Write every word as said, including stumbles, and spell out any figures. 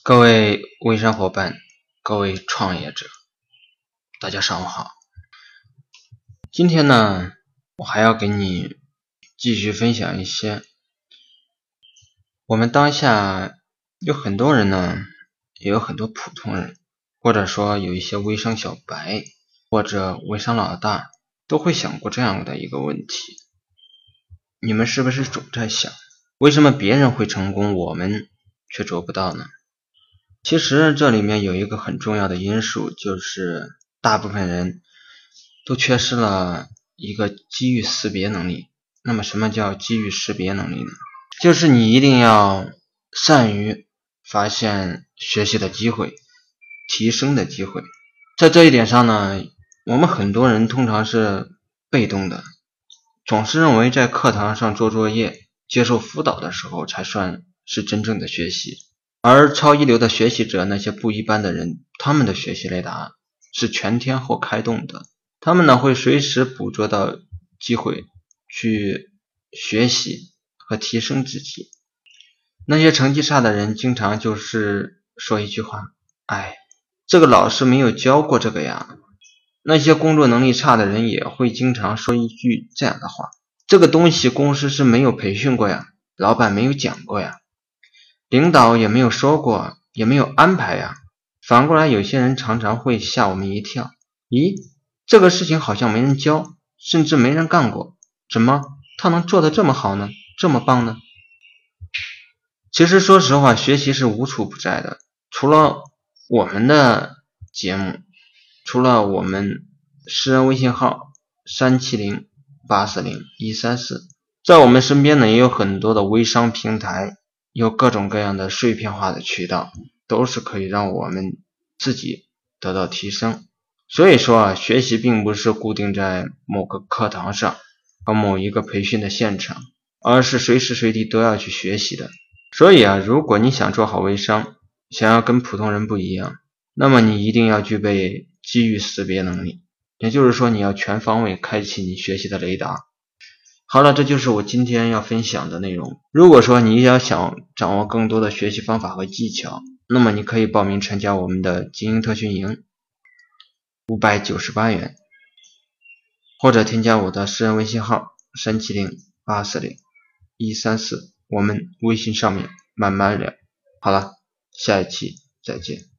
各位微商伙伴，各位创业者，大家上午好。今天呢，我还要给你继续分享一些我们当下有很多人呢，也有很多普通人，或者说有一些微商小白或者微商老大都会想过这样的一个问题。你们是不是总在想，为什么别人会成功，我们却做不到呢？其实这里面有一个很重要的因素，就是大部分人都缺失了一个机遇识别能力。那么什么叫机遇识别能力呢？就是你一定要善于发现学习的机会，提升的机会。在这一点上呢，我们很多人通常是被动的，总是认为在课堂上做作业、接受辅导的时候才算是真正的学习。而超一流的学习者，那些不一般的人，他们的学习雷达是全天候开动的，他们呢会随时捕捉到机会去学习和提升自己。那些成绩差的人经常就是说一句话，哎，这个老师没有教过这个呀。那些工作能力差的人也会经常说一句这样的话，这个东西公司是没有培训过呀，老板没有讲过呀，领导也没有说过，也没有安排呀。反过来，有些人常常会吓我们一跳，咦，这个事情好像没人教，甚至没人干过，怎么他能做得这么好呢？这么棒呢？其实说实话，学习是无处不在的，除了我们的节目，除了我们私人微信号三七零八四零一三四，在我们身边呢也有很多的微商平台，有各种各样的碎片化的渠道，都是可以让我们自己得到提升。所以说啊，学习并不是固定在某个课堂上和某一个培训的现场，而是随时随地都要去学习的。所以啊，如果你想做好微商，想要跟普通人不一样，那么你一定要具备机遇识别能力，也就是说你要全方位开启你学习的雷达。好了，这就是我今天要分享的内容。如果说你要想掌握更多的学习方法和技巧，那么你可以报名参加我们的精英特训营，五百九十八元，或者添加我的私人微信号三七零八四零一三四，我们微信上面慢慢聊。好了，下一期再见。